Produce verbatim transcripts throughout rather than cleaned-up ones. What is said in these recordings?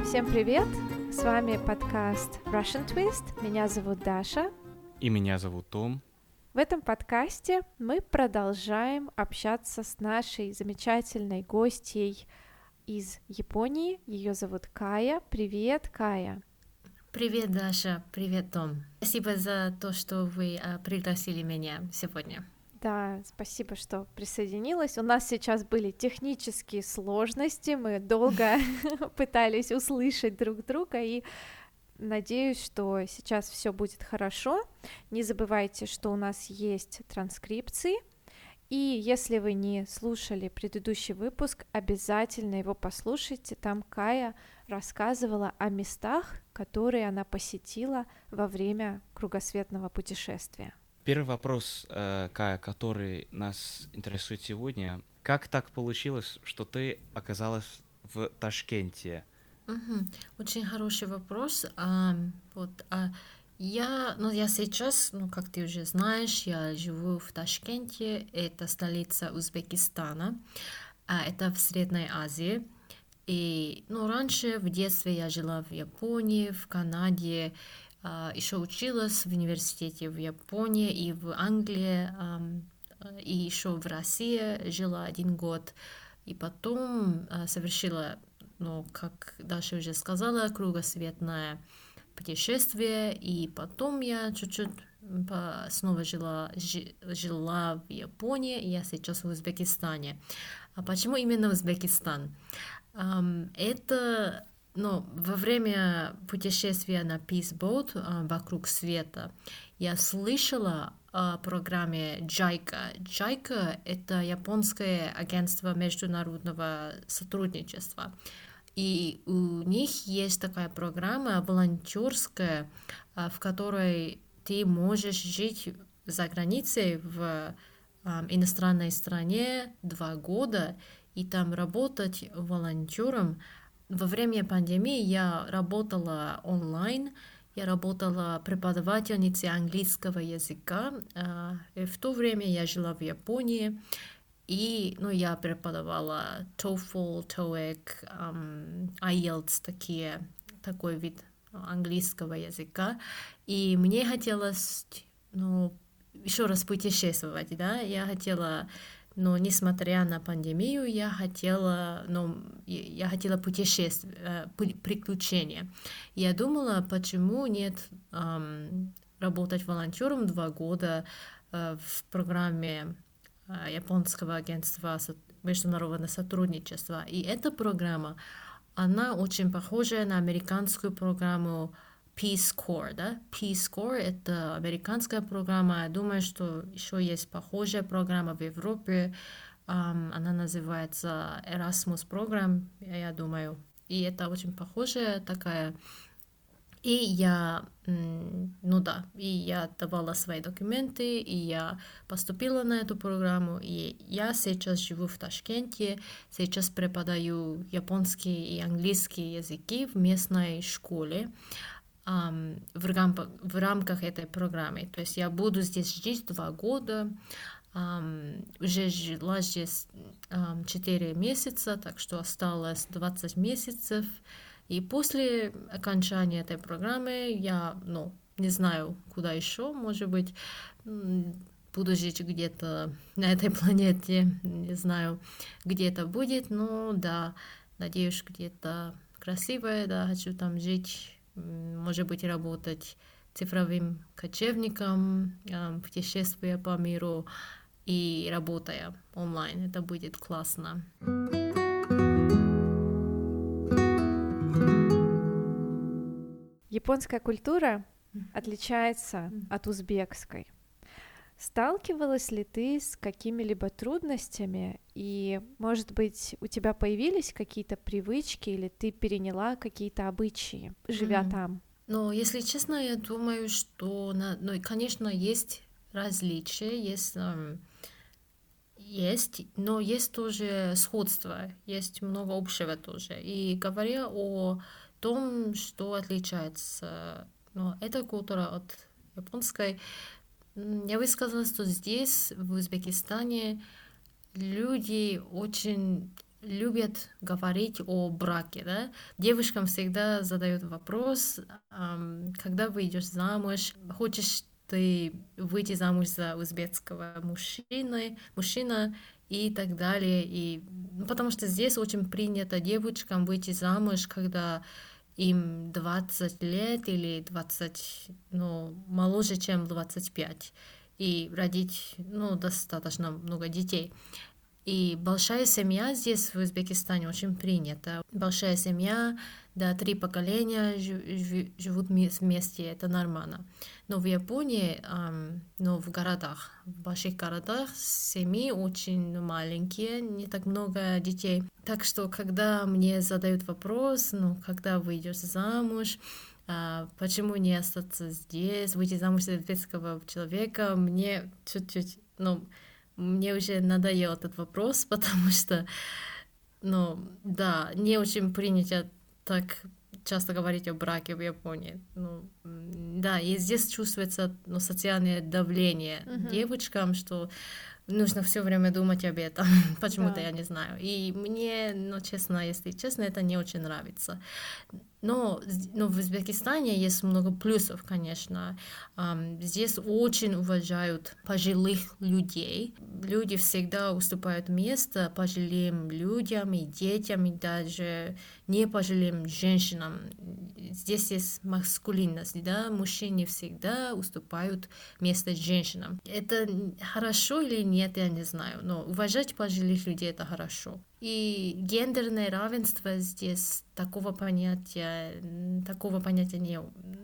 Всем привет! С вами подкаст Russian Twist. Меня зовут Даша. И меня зовут Том. В этом подкасте мы продолжаем общаться с нашей замечательной гостьей из Японии. Ее зовут Кая. Привет, Кая! Привет, Даша. Привет, Том. Спасибо за то, что вы а, пригласили меня сегодня. Да, спасибо, что присоединилась. У нас сейчас были технические сложности, мы долго пытались услышать друг друга, и надеюсь, что сейчас все будет хорошо. Не забывайте, что у нас есть транскрипции, и если вы не слушали предыдущий выпуск, обязательно его послушайте. Там Кая рассказывала о местах, которые она посетила во время кругосветного путешествия. Первый вопрос, Кая, который нас интересует сегодня. Как так получилось, что ты оказалась в Ташкенте? Угу. Очень хороший вопрос. А, вот, а, я, ну, я сейчас, ну, как ты уже знаешь, я живу в Ташкенте. Это столица Узбекистана. А, это в Средней Азии. И, ну, раньше в детстве я жила в Японии, в Канаде. Еще училась в университете в Японии и в Англии, и еще в России жила один год. И потом совершила, ну, как Даша уже сказала, кругосветное путешествие. И потом я чуть-чуть снова жила, жила в Японии, и я сейчас в Узбекистане. А почему именно Узбекистан? Это... Но во время путешествия на Peace Boat э, вокруг света я слышала о программе джайка. джайка — это японское агентство международного сотрудничества. И у них есть такая программа волонтерская, э, в которой ты можешь жить за границей в э, иностранной стране два года и там работать волонтером. Во время пандемии я работала онлайн, я работала преподавательницей английского языка. И в то время я жила в Японии, и, ну, я преподавала TOEFL, TOEIC, um, ай эл ти эс, такие, такой вид английского языка. И мне хотелось, ну, еще раз путешествовать, да, я хотела... Но несмотря на пандемию, я хотела, ну, я хотела путешествия, приключения. Я думала, почему нет эм, работать волонтером два года э, в программе э, японского агентства международного сотрудничества. И эта программа, она очень похожа на американскую программу Peace Corps, да? Peace Corps — это американская программа. Я думаю, что еще есть похожая программа в Европе. Um, она называется Erasmus Program, я думаю. И это очень похожая такая. И я, ну да, и я давала свои документы, и я поступила на эту программу. И я сейчас живу в Ташкенте, сейчас преподаю японский и английский языки в местной школе. Um, в, рамках, в рамках этой программы. То есть я буду здесь жить два года, um, уже жила здесь um, четыре месяца, так что осталось двадцать месяцев. И после окончания этой программы я, ну, не знаю, куда еще, может быть, буду жить где-то на этой планете, не знаю, где это будет, но да, надеюсь, где-то красивое, да, хочу там жить. Может быть, работать цифровым кочевником, путешествуя по миру и работая онлайн. Это будет классно. Японская культура отличается от узбекской. Сталкивалась ли ты с какими-либо трудностями, и, может быть, у тебя появились какие-то привычки, или ты переняла какие-то обычаи, живя mm. там? Ну, если честно, я думаю, что, ну, конечно, есть различия, есть, есть, но есть тоже сходство, есть много общего тоже. И говоря о том, что отличается, ну, эта культура от японской, я бы сказала, что здесь, в Узбекистане, люди очень любят говорить о браке, да. Девушкам всегда задают вопрос, ам, когда выйдешь замуж, хочешь ты выйти замуж за узбекского мужчины, мужчина и так далее. И, ну, потому что здесь очень принято девочкам выйти замуж, когда им двадцать лет или двадцать, ну, моложе, чем двадцать пять, и родить, ну, достаточно много детей. И большая семья здесь, в Узбекистане, очень принята. Большая семья, да, три поколения жив- живут вместе, это нормально. Но в Японии, эм, ну, в городах, в больших городах семьи очень маленькие, не так много детей. Так что, когда мне задают вопрос, ну, когда выйдешь замуж, а, почему не остаться здесь, выйти замуж за узбекского человека, мне чуть-чуть, ну, мне уже надоел этот вопрос, потому что, ну, да, не очень принято так часто говорить о браке в Японии. Ну, да, и здесь чувствуется, ну, социальное давление Мгм. девочкам, что нужно все время думать об этом. Почему-то Да. я не знаю. И мне, ну, честно, если честно, это не очень нравится. Но, з- но в Узбекистане есть много плюсов, конечно. Ам, Здесь очень уважают пожилых людей. Люди всегда уступают место пожилым людям и детям, и даже не пожилым женщинам. Здесь есть маскулинность, да, мужчины всегда уступают место женщинам. Это н- хорошо или нет, я не знаю, но уважать пожилых людей — это хорошо. И гендерное равенство здесь такого понятия, м, такого понятия не,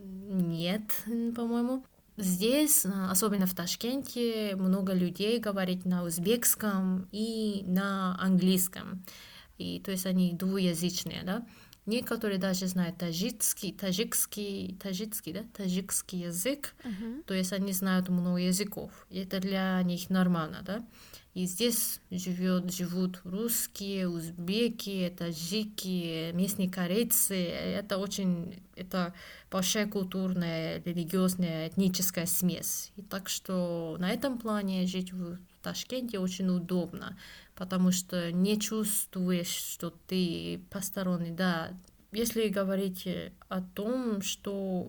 нет, м, по-моему. Здесь, а, особенно в Ташкенте, много людей говорит на узбекском и на английском. И то есть они двуязычные, да. Некоторые даже знают таджикский, таджикский, таджикский, да, таджикский язык, Мгм. то есть они знают много языков. И это для них нормально, да. И здесь живет, живут русские, узбеки, таджики, местные корейцы. Это очень, это большая культурная, религиозная, этническая смесь. И так что на этом плане жить в Ташкенте очень удобно, потому что не чувствуешь, что ты посторонний. Да, если говорить о том, что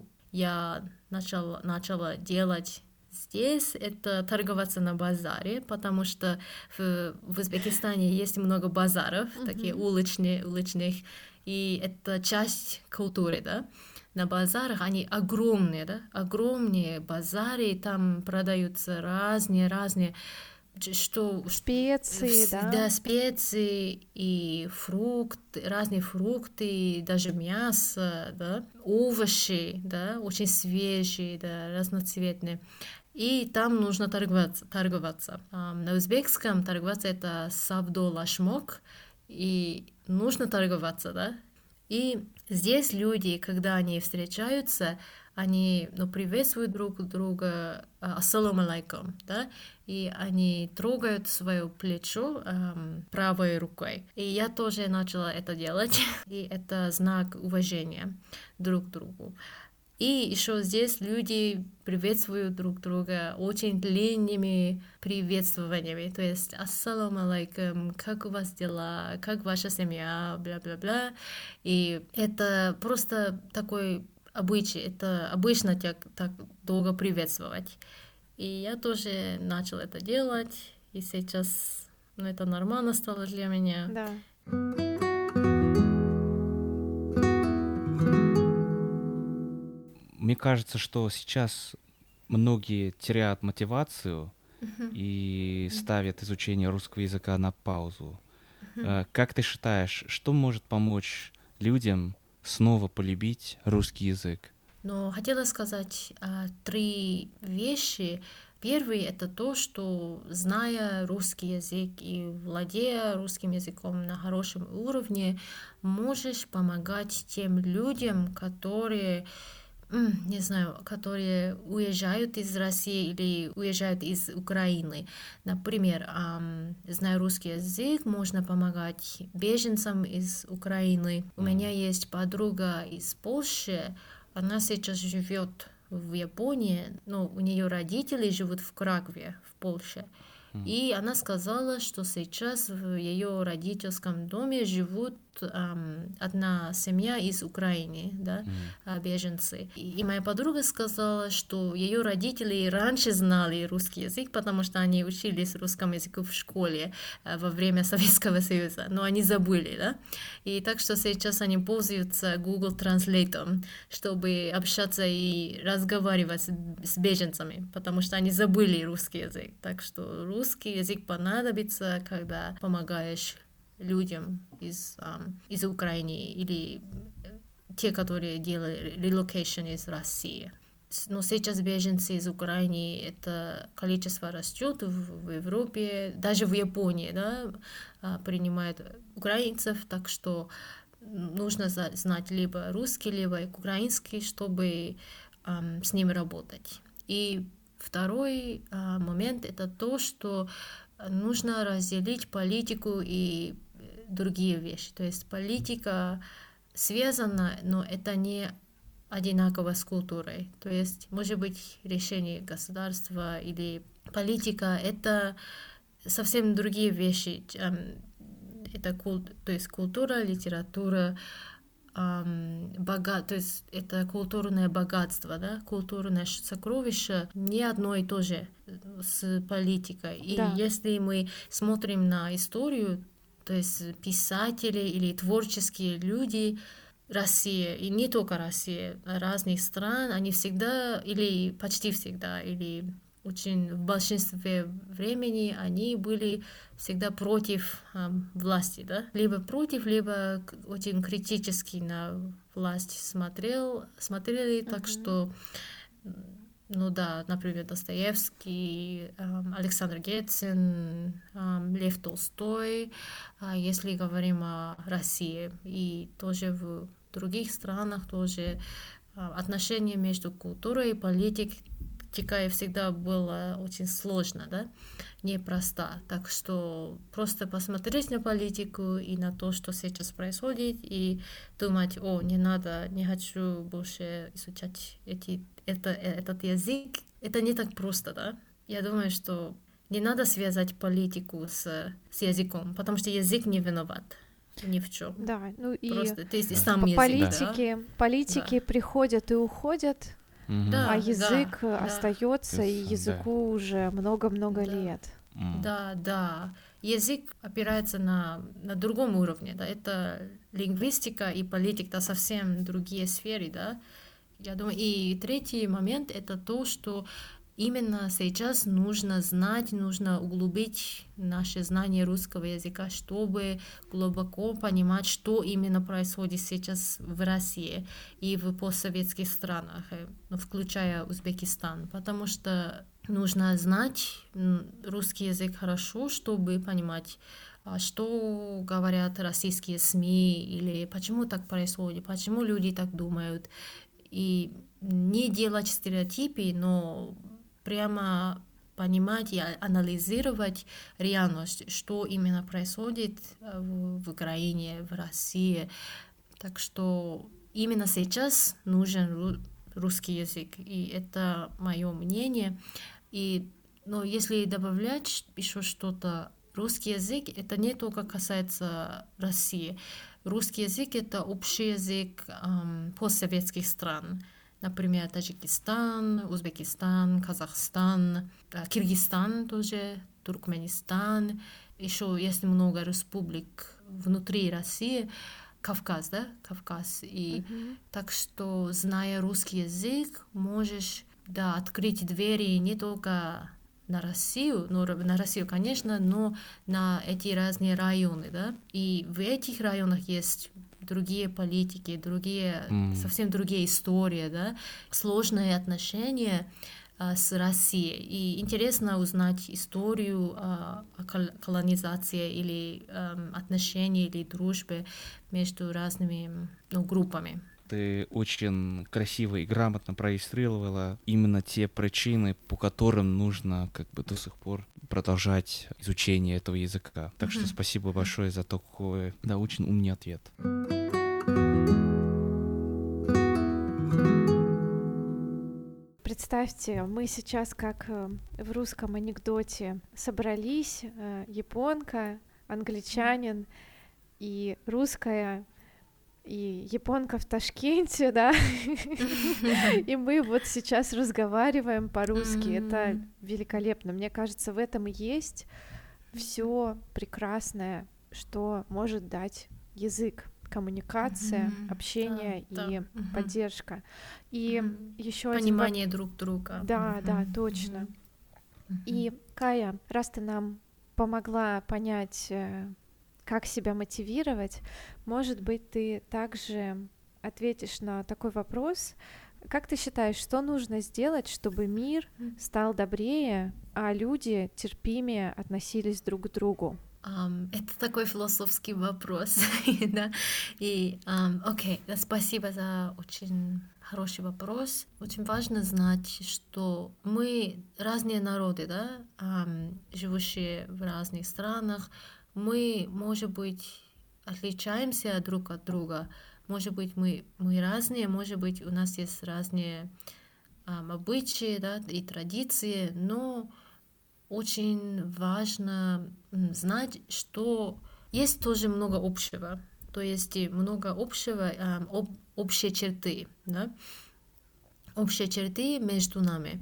я начала, начала делать здесь, это торговаться на базаре, потому что в, в Узбекистане есть много базаров, такие Мгм. уличные, уличных, и это часть культуры, да. На базарах они огромные, да, огромные базары, и там продаются разные-разные, что, Специи, вс- да, да. специи и фрукты, разные фрукты, даже мясо, да, овощи, да, очень свежие, да, разноцветные. И там нужно торговаться. торговаться. А, На узбекском торговаться — это савдо лашмок, и нужно торговаться, да. И здесь люди, когда они встречаются, они, ну, приветствуют друг друга, а, ассаламу алейкум, да, и они трогают свое плечо эм, правой рукой. И я тоже начала это делать, и это знак уважения друг к другу. И еще здесь люди приветствуют друг друга очень длинными приветствованиями. То есть «Ассаламу алейкум», «Как у вас дела?», «Как ваша семья?», бла-бла-бла. И это просто такой обычай. Это обычно так, так долго приветствовать. И я тоже начала это делать. И сейчас, ну, это нормально стало для меня. Да. Мне кажется, что сейчас многие теряют мотивацию Мгм. и ставят изучение русского языка на паузу. Мгм. Э, Как ты считаешь, что может помочь людям снова полюбить русский язык? Но хотела сказать а, три вещи. Первый — это то, что, зная русский язык и владея русским языком на хорошем уровне, можешь помогать тем людям, которые, м, не знаю, которые уезжают из России или уезжают из Украины. Например, ам, зная русский язык, можно помогать беженцам из Украины. У меня М. есть подруга из Польши, она сейчас живет в Японии, но у нее родители живут в Кракове, в Польше. И она сказала, что сейчас в ее родительском доме живут эм, одна семья из Украины, да, Мгм. беженцы. И, и моя подруга сказала, что ее родители раньше знали русский язык, потому что они учились русскому языку в школе э, во время Советского Союза, но они забыли, да. И так что сейчас они пользуются Google Translate, чтобы общаться и разговаривать с, с беженцами, потому что они забыли русский язык. Так что русский язык понадобится, когда помогаешь людям из, um, из Украины или те, которые делали relocation из России. Но сейчас беженцы из Украины, это количество растет в, в Европе, даже в Японии, да, принимают украинцев, так что нужно знать либо русский, либо украинский, чтобы um, с ними работать. И второй uh, момент — это то, что нужно разделить политику и другие вещи. То есть политика связана, но это не одинаково с культурой. То есть, может быть, решение государства или политика — это совсем другие вещи. Это куль... то есть культура, литература, богат... то есть это культурное богатство, да? Культурное сокровище не одно и то же с политикой. И Да. если мы смотрим на историю, то есть писатели или творческие люди России, и не только России, разных стран, они всегда, или почти всегда, или очень в большинстве времени они были всегда против э, власти, да? Либо против, либо очень критически на власть смотрел, смотрели, mm-hmm. Так что, ну да, например, Достоевский, э, Александр Герцен, э, Лев Толстой, э, если говорим о России, и тоже в других странах тоже э, отношения между культурой и политикой всегда было очень сложно, да, непросто. Так что просто посмотреть на политику и на то, что сейчас происходит, и думать: о, не надо, не хочу больше изучать эти, это, этот язык, это не так просто, да. Я думаю, что не надо связать политику с, с языком, потому что язык не виноват ни в чем. Да, ну и просто ты да. сам язык, политики, да? политики Да. приходят и уходят. Мгм. Да. А язык да. остается, и Да. языку уже много-много Да. лет. М. Да, да. Язык опирается на, на другом уровне, да. Это лингвистика и политика, это совсем другие сферы, да. Я думаю, и третий момент — это то, что именно сейчас нужно знать, нужно углубить наше знание русского языка, чтобы глубоко понимать, что именно происходит сейчас в России и в постсоветских странах, включая Узбекистан, потому что нужно знать русский язык хорошо, чтобы понимать, что говорят российские СМИ или почему так происходит, почему люди так думают, и не делать стереотипы, но прямо понимать и анализировать реальность, что именно происходит в, в Украине, в России. Так что именно сейчас нужен русский язык, и это мое мнение. И, но если добавлять еще что-то, русский язык — это не только касается России. Русский язык — это общий язык эм, постсоветских стран. Например, Таджикистан, Узбекистан, Казахстан, Киргизстан тоже, Туркменистан. Еще есть много республик внутри России, Кавказ, да, Кавказ. И Мгм. так что, зная русский язык, можешь, да, открыть двери не только на Россию, ну, на Россию, конечно, но на эти разные районы, да. И в этих районах есть другие политики, другие, М. совсем другие истории, да, сложные отношения а, с Россией. И интересно узнать историю а, о кол- колонизации или ам, отношений или дружбе между разными, ну, группами. Ты очень красиво и грамотно проиллюстрировала именно те причины, по которым нужно как бы до сих пор продолжать изучение этого языка. Так что Мгм. спасибо большое за такой, да, очень умный ответ. представьте, мы сейчас, как э, в русском анекдоте, собрались, э, японка, англичанин и русская, и японка в Ташкенте, да, и мы вот сейчас разговариваем по-русски. Это великолепно. Мне кажется, в этом и есть все прекрасное, что может дать язык. Коммуникация, Мгм. общение Да, и да. Мгм. поддержка. И Мгм. еще один воп- Понимание друг друга. Да, да, Мгм. точно. Мгм. Мгм. И, Кая, раз ты нам помогла понять, э, как себя мотивировать, может быть, ты также ответишь на такой вопрос. Как ты считаешь, что нужно сделать, чтобы мир Мгм. стал добрее, а люди терпимее относились друг к другу? Ам, это такой философский вопрос, да. И, ам, окей, да, спасибо за очень хороший вопрос. Очень важно знать, что мы разные народы, да, ам, живущие в разных странах. Мы, может быть, отличаемся друг от друга. Может быть, мы, мы разные, может быть, у нас есть разные ам, обычаи, да, и традиции, но очень важно м, знать, что есть тоже много общего. То есть и много общего, ам, об- общие черты, да, общие черты между нами.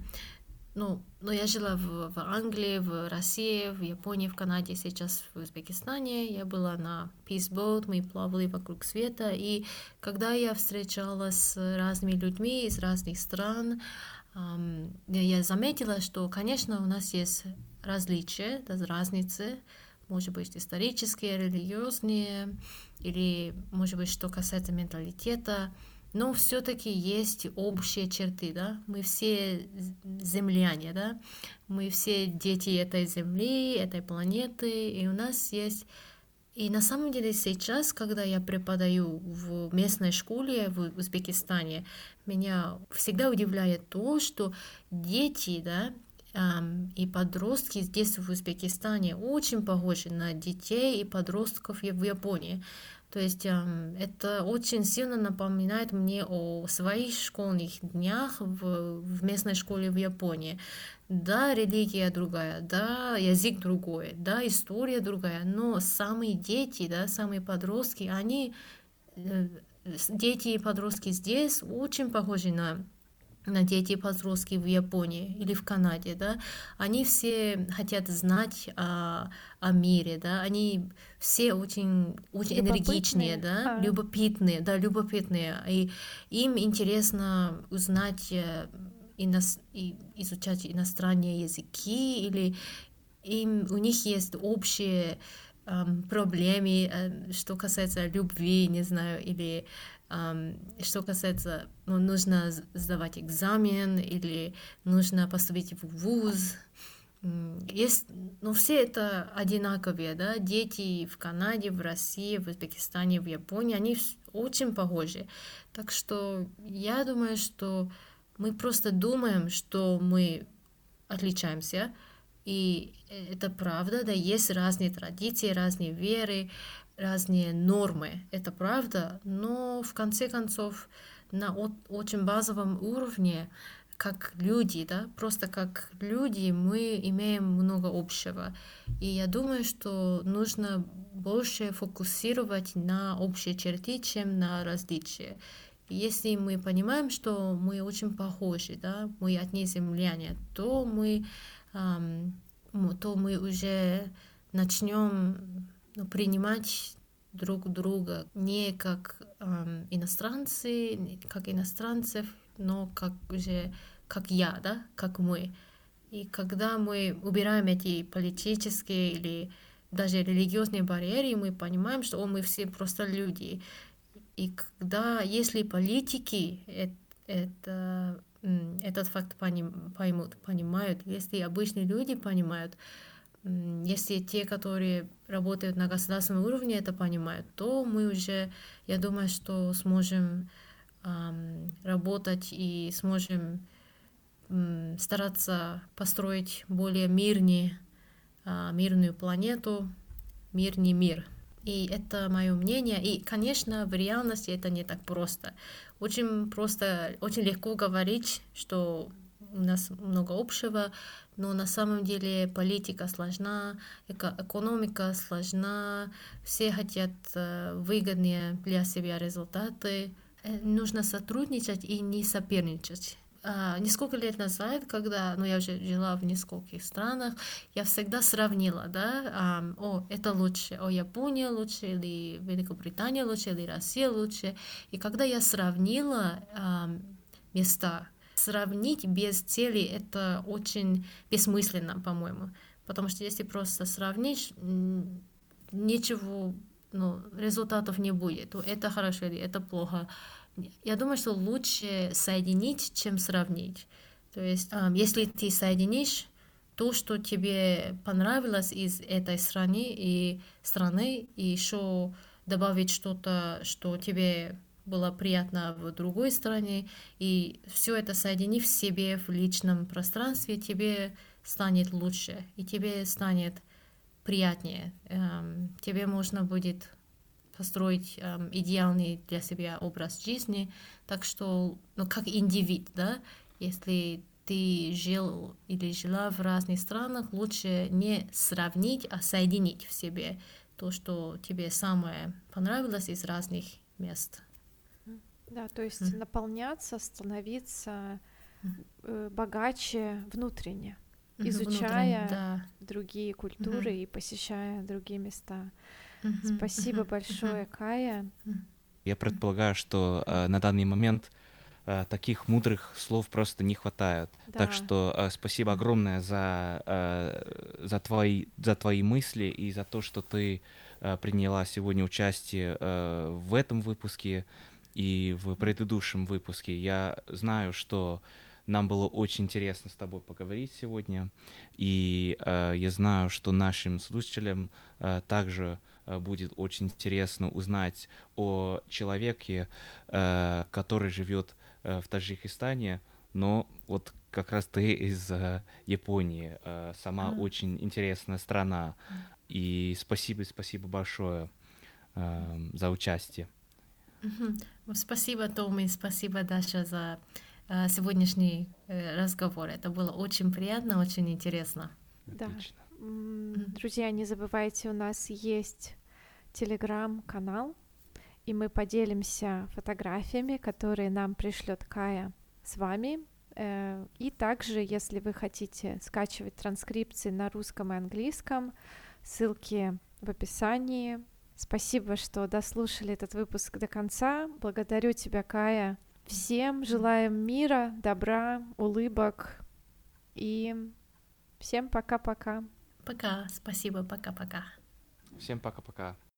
Ну, но я жила в, в Англии, в России, в Японии, в Канаде, сейчас в Узбекистане. Я была на Peace Boat, мы плавали вокруг света. И когда я встречалась с разными людьми из разных стран, ам, я заметила, что, конечно, у нас есть различия, да, разницы, может быть, исторические, религиозные, или, может быть, что касается менталитета. Но все-таки есть общие черты, да. Мы все земляне, да. Мы все дети этой земли, этой планеты, и у нас есть. И на самом деле сейчас, когда я преподаю в местной школе в Узбекистане, меня всегда удивляет то, что дети, да, ам, и подростки здесь в Узбекистане очень похожи на детей и подростков в Японии. То есть ам, это очень сильно напоминает мне о своих школьных днях в, в местной школе в Японии. Да, религия другая, да, язык другой, да, история другая, но самые дети, да, самые подростки, они, э, с- дети и подростки здесь очень похожи на на дети и подростки в Японии или в Канаде, да, они все хотят знать о, о мире, да, они все очень, очень энергичные, Любопытные? да, А, любопытные, да, любопытные, и им интересно узнать э, инос- и изучать иностранные языки, или им, у них есть общие ам, проблемы, э, что касается любви, не знаю, или ам, что касается, ну, нужно с- сдавать экзамен, или нужно поступить в вуз. М, Есть, ну, все это одинаковые, да, дети в Канаде, в России, в Узбекистане, в Японии, они вс- очень похожи. Так что я думаю, что мы просто думаем, что мы отличаемся, и это правда, да, есть разные традиции, разные веры, разные нормы, это правда, но в конце концов на о- очень базовом уровне, как люди, да, просто как люди мы имеем много общего. И я думаю, что нужно больше фокусировать на общие черты, чем на различия. Если мы понимаем, что мы очень похожи, да, мы одни земляне, то мы, ам, м, то мы уже начнем ну, принимать друг друга не как ам, иностранцы, не как иностранцев, но как уже как я, да, как мы. И когда мы убираем эти политические или даже религиозные барьеры, мы понимаем, что о, мы все просто люди. И когда, если политики э- это, м, этот факт поним- поймут, понимают, если обычные люди понимают, м, если те, которые работают на государственном уровне, это понимают, то мы уже, я думаю, что сможем ам, работать и сможем м, стараться построить более мирный, а, мирную планету, мирный мир. И это мое мнение. И, конечно, в реальности это не так просто. Очень просто, очень легко говорить, что у нас много общего, но на самом деле политика сложна, эко- экономика сложна, все хотят э, выгодные для себя результаты. Э, Нужно сотрудничать и не соперничать. А, несколько лет назад, когда, ну, я уже жила в нескольких странах, я всегда сравнила, да, ам, о, это лучше, о, Япония лучше, или Великобритания лучше, или Россия лучше. И когда я сравнила ам, места, сравнить без цели это очень бессмысленно, по-моему. Потому что если просто сравнишь, м, ничего, ну, результатов не будет. То это хорошо или это плохо. Я думаю, что лучше соединить, чем сравнить. То есть, ам, если ты соединишь то, что тебе понравилось из этой страны и страны, и еще добавить что-то, что тебе было приятно в другой стране, и все это соединив в себе в личном пространстве, тебе станет лучше, и тебе станет приятнее. Эм, Тебе можно будет построить эм, идеальный для себя образ жизни. Так что, ну, как индивид, да, если ты жил или жила в разных странах, лучше не сравнить, а соединить в себе то, что тебе самое понравилось из разных мест. Да, то есть М. наполняться, становиться М. э, богаче внутренне, Мгм, внутренне, изучая да. другие культуры Мгм. и посещая другие места. Мгм, Спасибо мгм, большое, Кая. мгм. Я предполагаю, что э, на данный момент э, таких мудрых слов просто не хватает. Так Да, что э, спасибо Да. огромное за, э, за, твои, за твои мысли и за то, что ты э, приняла сегодня участие э, в этом выпуске и в предыдущем выпуске. Я знаю, что нам было очень интересно с тобой поговорить сегодня, и э, я знаю, что нашим слушателям э, также э, будет очень интересно узнать о человеке, э, который живет э, в Таджикистане, но вот как раз ты из э, Японии, э, сама А, очень интересная страна, м. и спасибо, спасибо большое э, за участие. Мгм. Ну, спасибо, Том, и спасибо, Даша, за э, сегодняшний э, разговор. Это было очень приятно, очень интересно. да. Отлично. М, Мгм. Друзья, не забывайте, у нас есть телеграм-канал, и мы поделимся фотографиями, которые нам пришлет Кая с вами. Э, И также, если вы хотите скачивать транскрипции на русском и английском, ссылки в описании. Спасибо, что дослушали этот выпуск до конца. Благодарю тебя, Кая. Всем желаем мира, добра, улыбок и всем пока-пока. Пока, спасибо, пока-пока. Всем пока-пока.